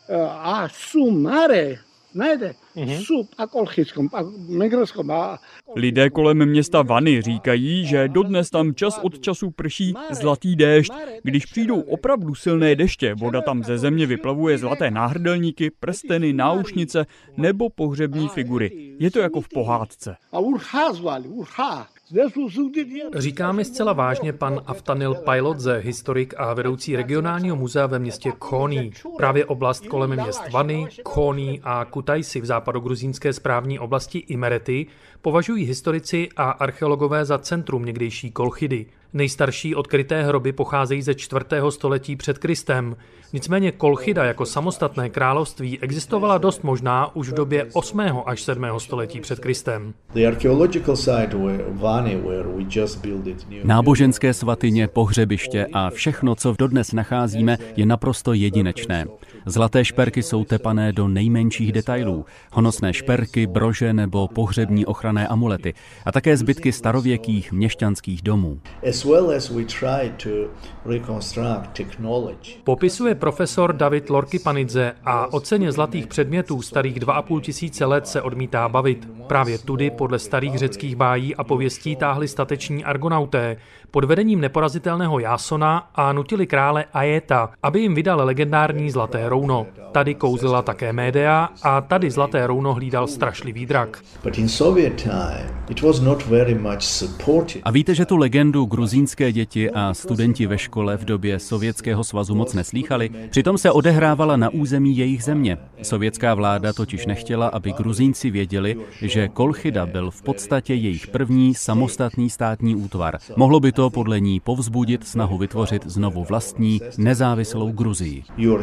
a sumare. Lidé kolem města Vany říkají, že dodnes tam čas od času prší zlatý déšť. Když přijdou opravdu silné deště, voda tam ze země vyplavuje zlaté náhrdelníky, prsteny, náušnice nebo pohřební figury. Je to jako v pohádce. Říká mi zcela vážně pan Aftanil Pailodze, historik a vedoucí regionálního muzea ve městě Khoni. Právě oblast kolem měst Vany, Khoni a Kutaisi v západogruzínské správní oblasti Imerety považují historici a archeologové za centrum někdejší Kolchidy. Nejstarší odkryté hroby pocházejí ze 4. století před Kristem. Nicméně Kolchida jako samostatné království existovala dost možná už v době 8. až 7. století před Kristem. Náboženské svatyně, pohřebiště a všechno, co dodnes nacházíme, je naprosto jedinečné. Zlaté šperky jsou tepané do nejmenších detailů. Honosné šperky, brože nebo pohřební ochranné amulety a také zbytky starověkých měšťanských domů. Popisuje profesor David Lorkipanidze a o ceně zlatých předmětů starých 2,5 tisíce let se odmítá bavit. Právě tudy podle starých řeckých bájí a pověstí táhli stateční argonauté pod vedením neporazitelného Jásona a nutili krále Ajeta, aby jim vydal legendární zlaté rouno. Tady kouzlila také Médea a tady zlaté rouno hlídal strašlivý drak. A víte, že tu legendu gruzínské děti a studenti ve škole v době Sovětského svazu moc neslýchali? Přitom se odehrávala na území jejich země. Sovětská vláda totiž nechtěla, aby Gruzínci věděli, že Kolchida byl v podstatě jejich první samostatný státní útvar. Mohlo by to podle ní povzbudit snahu vytvořit znovu vlastní nezávislou Gruzii.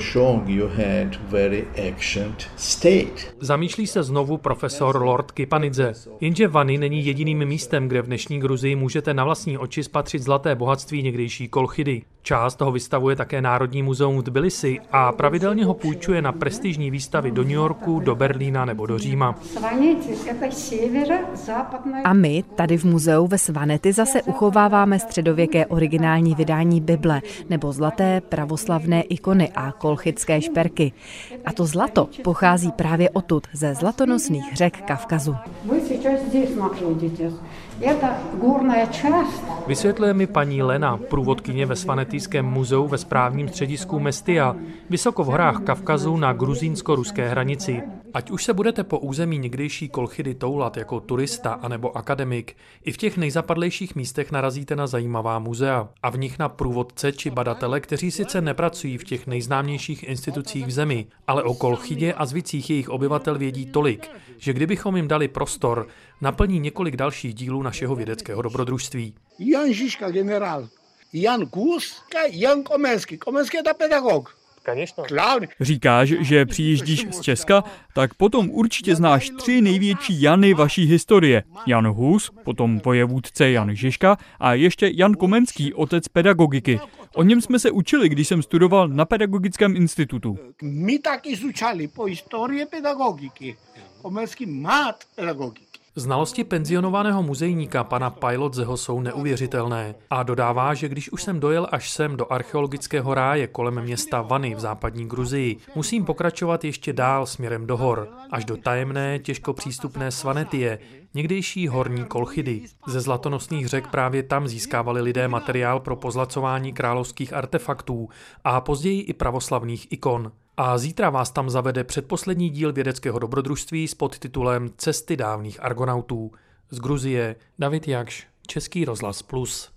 Zamýšlí se znovu profesor Lorkipanidze. Jenže Vany není jediným místem, kde v dnešní Gruzii můžete na vlastní oči spatřit zlaté bohatství někdejší Kolchidy. Část toho vystavuje také Národní muzeum v Tbilisi a pravidelně ho půjčuje na prestižní výstavy do New Yorku, do Berlína nebo do Říma. A my tady v muzeu ve Svanety zase uchováváme středověké originální vydání Bible nebo zlaté pravoslavné ikony a kolchidské šperky. A to zlato pochází právě odtud, ze zlatonosných řek Kavkazu. Vysvětluje mi paní Lena, průvodkyně ve Svanetijském muzeu ve správním středisku Mestia, vysoko v horách Kavkazu na gruzínsko-ruské hranici. Ať už se budete po území někdejší Kolchidy toulat jako turista anebo akademik, i v těch nejzapadlejších místech narazíte na zajímavá muzea a v nich na průvodce či badatele, kteří sice nepracují v těch nejznámějších institucích v zemi, ale o Kolchidě a zvicích jejich obyvatel vědí tolik, že kdybychom jim dali prostor, naplní několik dalších dílů našeho vědeckého dobrodružství. Jan Žižka, generál. Jan Kus, Jan Komenský. Komenský je ta pedagog. Říkáš, že přijíždíš z Česka, tak potom určitě znáš 3 největší Jany vaší historie. Jan Hus, potom vojevůdce Jan Žižka a ještě Jan Komenský, otec pedagogiky. O něm jsme se učili, když jsem studoval na Pedagogickém institutu. My taky zučali po historii pedagogiky. Komenský má pedagogiky. Znalosti penzionovaného muzejníka pana Pailodzeho jsou neuvěřitelné a dodává, že když už jsem dojel až sem do archeologického ráje kolem města Vany v západní Gruzii, musím pokračovat ještě dál směrem do hor, až do tajemné, těžko přístupné Svanetie, někdejší horní Kolchidy. Ze zlatonosných řek právě tam získávali lidé materiál pro pozlacování královských artefaktů a později i pravoslavných ikon. A zítra vás tam zavede předposlední díl vědeckého dobrodružství s podtitulem Cesty dávných argonautů. Z Gruzie David Jakš, Český rozhlas Plus.